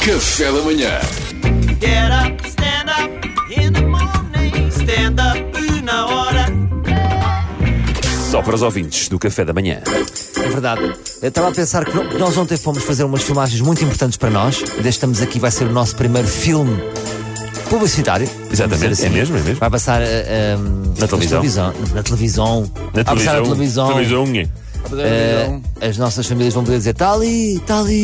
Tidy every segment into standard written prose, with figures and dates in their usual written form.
Café da manhã. Get up, stand up in the morning. Stand up na hora. Só para os ouvintes do Café da Manhã. É verdade. Eu estava a pensar que nós ontem fomos fazer umas filmagens muito importantes para nós. Desde estamos aqui, vai ser o nosso primeiro filme publicitário. Exatamente, Assim. é mesmo. Vai passar Na televisão. Na televisão. Vai passar na televisão. As nossas famílias vão poder dizer: está ali.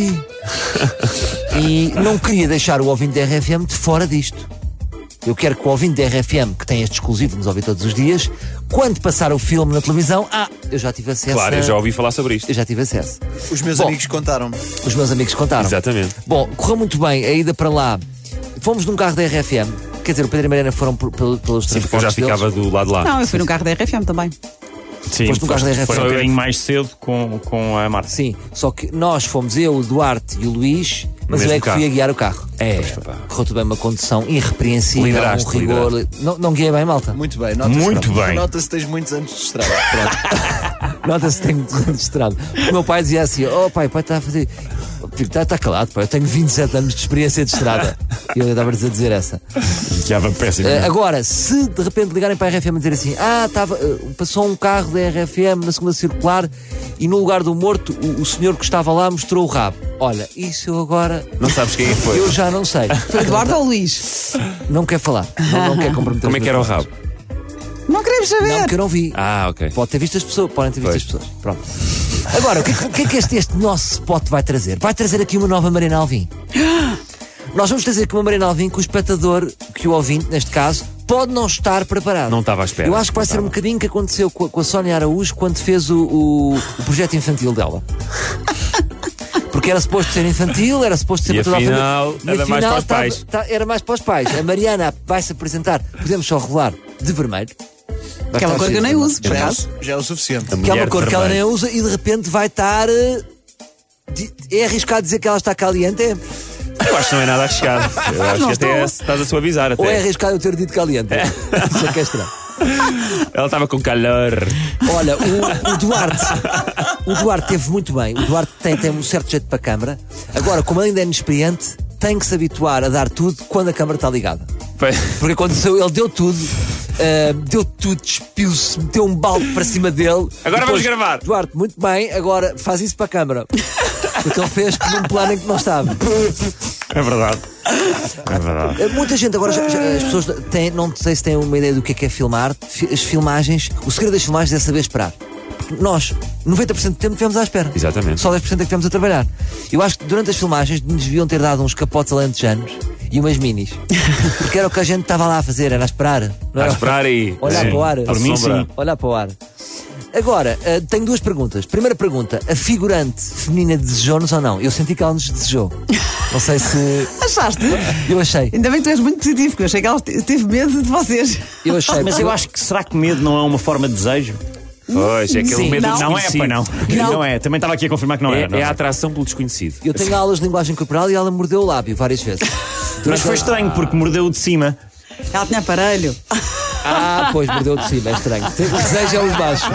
E não queria deixar o ouvinte da RFM de fora disto. Eu quero que o ouvinte da RFM, que tem este exclusivo, nos ouvir todos os dias, quando passar o filme na televisão, eu já tive acesso. Claro, eu já ouvi falar sobre isto. Eu já tive acesso. Os meus amigos contaram-me. Os meus amigos contaram. Exatamente. Bom, correu muito bem a ida para lá. Fomos num carro da RFM. Quer dizer, o Pedro e a Mariana foram pelos Sim, porque eu já transportes ficava deles. do lado de lá. Não, eu fui no carro da RFM também. Sim, Foste no carro da RFM. foi um bocadinho mais cedo com a Marta. Sim, só que nós fomos eu, o Duarte e o Luís, mas Mesmo eu é que fui carro. a guiar o carro. Correu tudo bem, uma condução irrepreensível, Lideraste, um rigor. Não guiei bem, malta. Muito bem, nota-se. Muito bem. Nota-se que tens muitos anos de estrada. Pronto. Nota-se que tenho muito anos de estrada. O meu pai dizia assim: pai está a fazer. Filho, está calado, pai, eu tenho 27 anos de experiência de estrada. E eu estava a dizer essa. Estava péssimo. Agora, se de repente ligarem para a RFM e dizer assim: passou um carro da RFM na segunda circular e no lugar do morto o senhor que estava lá mostrou o rabo. Olha, isso eu agora Não sabes quem é que foi. eu já não sei. Foi Eduardo ou Luís? Não quer falar. Não quer comprometer. Como é que era o rabo? Não queremos Não, saber. porque eu não vi. Ok. Pode ter visto as pessoas, podem ter visto Pois. as pessoas. Pronto. Agora, o que é que este nosso spot vai trazer? Vai trazer aqui uma nova Mariana Alvim. Nós vamos trazer aqui uma Mariana Alvim que o espectador, que o ouvinte, neste caso, pode não estar preparado. Não estava à espera. Eu acho que vai Não ser um estava. bocadinho que aconteceu com a Sónia Araújo quando fez o projeto infantil dela. Porque era suposto ser infantil, era suposto ser E para toda a afinal, família. era mais para os pais. Era mais para os pais. A Mariana vai-se apresentar, podemos só rolar, de vermelho. Vai Que é uma estar cor que eu nem cheio de uso, por acaso. Já é o suficiente. que é uma Mulher cor que ela nem vermelho. usa e de repente vai estar. É arriscado dizer que ela está caliente? Eu acho que não é nada arriscado. Eu acho que até estás a suavizar Ou é até. arriscado eu ter dito caliente? Isso é que é estranho. Ela estava com calor. Olha, o Duarte teve muito bem. O Duarte tem um certo jeito para a câmara. Agora, como ele ainda é inexperiente, tem que se habituar a dar tudo quando a câmara está ligada. Porque aconteceu, ele deu tudo, despiu-se, meteu um balde para cima dele. Agora vamos gravar. Duarte, muito bem, agora faz isso para a câmara. Porque ele fez num plano em que não estava. É verdade. É verdade. Muita gente agora, as pessoas têm, não sei se têm uma ideia do que é filmar. As filmagens, o segredo das filmagens é saber esperar. Porque nós, 90% do tempo, estivemos à espera. Exatamente. Só 10% é que estivemos a trabalhar. Eu acho que durante as filmagens nos deviam ter dado uns capotes alentejanos e umas minis. Porque era o que a gente estava lá a fazer, era a esperar. Não A era? esperar aí. Olhar para o ar. Por mim, sombra. sim. Olhar para o ar. Agora, tenho duas perguntas. Primeira pergunta: a figurante feminina desejou-nos ou não? Eu senti que ela nos desejou. Não sei se. Achaste? Eu achei. Ainda bem que tu és muito positivo, porque eu achei que ela teve medo de vocês. Eu achei. Mas eu acho que será que medo não é uma forma de desejo? Pois, é aquele Sim. medo Não. Não é, desconhecido. pá, não. Não é. Também estava aqui a confirmar que não era. É a atração pelo desconhecido. Eu tenho aulas de linguagem corporal e ela mordeu o lábio várias vezes. Mas foi estranho porque mordeu o de cima. Ela tinha aparelho. Pois, mordeu de cima, é estranho. O desejo é os baixos.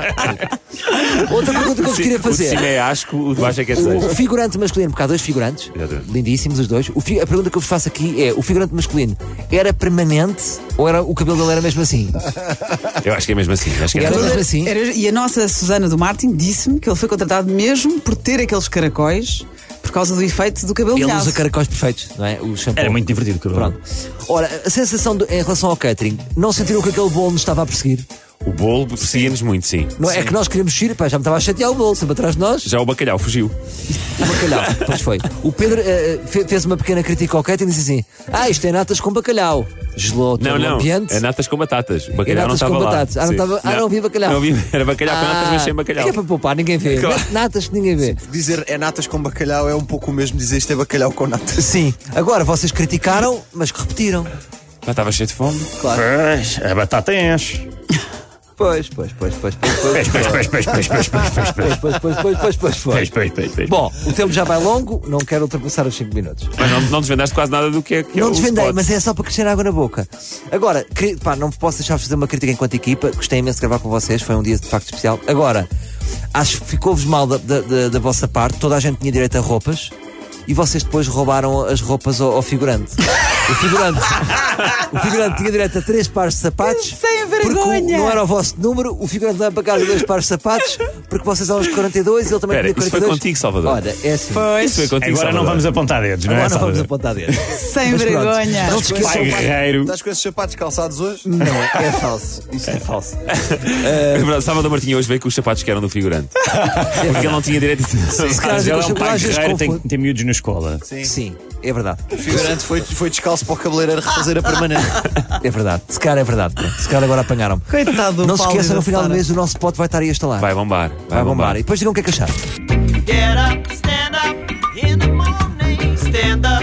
Outra pergunta que eu vos queria O de cima fazer. é asco, o de baixo é que é desejo. O figurante masculino, porque há dois figurantes, Exatamente. lindíssimos os dois. A pergunta que eu vos faço aqui é: o figurante masculino era permanente ou o cabelo dele era mesmo assim? Eu acho que é mesmo assim. Acho que Era é. mesmo assim? E a nossa Susana do Martin disse-me que ele foi contratado mesmo por ter aqueles caracóis por causa do efeito do cabelo Ele molhado. usa caracóis perfeitos, não é? O shampoo. Era muito divertido o cabelo. Pronto. Ora, a sensação em relação ao catering, não sentiram que aquele bolo nos estava a perseguir? O bolo perseguia-nos muito, sim. Não é que nós queríamos fugir, pá, já me estava a chatear o bolo, sempre atrás de nós. Já o bacalhau fugiu. O bacalhau, pois foi. O Pedro fez uma pequena crítica ao catering e disse assim: isto é natas com bacalhau. Gelou todo o Não. ambiente. É natas com batatas. O E bacalhau não natas estava com lá. batatas. Não Sim. estava. Não vi bacalhau. Não vi. Era bacalhau com natas, mas sem bacalhau. Que é para poupar, ninguém vê. Claro. Natas que ninguém vê. Dizer é natas com bacalhau é um pouco o mesmo dizer isto é bacalhau com natas. Sim. Agora, vocês criticaram, mas que repetiram. Pá, estava cheio de fome. Pois, a batata enche. Pois. Bom, o tempo já vai longo, não quero ultrapassar os 5 minutos. Mas não desvendaste quase nada do que é Não o desvendei, spot. mas é só para crescer água na boca. Agora, não posso deixar de fazer uma crítica enquanto equipa. Gostei imenso de gravar com vocês, foi um dia de facto especial. Agora, acho que ficou-vos mal da vossa parte. Toda a gente tinha direito a roupas e vocês depois roubaram as roupas ao figurante. O figurante tinha direito a 3 pares de sapatos. Sem Porque vergonha! não era o vosso número, o figurante dava para casa 2 pares de sapatos, porque vocês eram os 42 e ele também Espera, tinha isso foi 42. contigo, Salvador. Olha, é assim. Isso foi contigo, Agora não Salvador. vamos apontar dedos, não é? Agora não vamos Salvador? apontar dedos. Sem Mas pronto, vergonha! não se esqueçam. Pai guerreiro. Estás com esses sapatos calçados hoje? Não, é falso. Isso é falso. É verdade, Salvador Martinha hoje veio com os sapatos que eram do figurante. Porque ele não tinha direito a calhar Mas ele é um eu pai às vezes guerreiro, confundo. tem miúdos na escola. Sim, é verdade. O figurante foi descalço para o cabeleireiro refazer a permanente. É verdade. Se calhar é verdade. Pronto. Se calhar agora apanharam. Coitado do Não se Paulo e esqueçam, da no final do Sara. mês o nosso spot vai estar aí a estalar. Vai bombar. Vai bombar. E depois digam o que é que acharam. Get up, stand up in the morning. Stand up.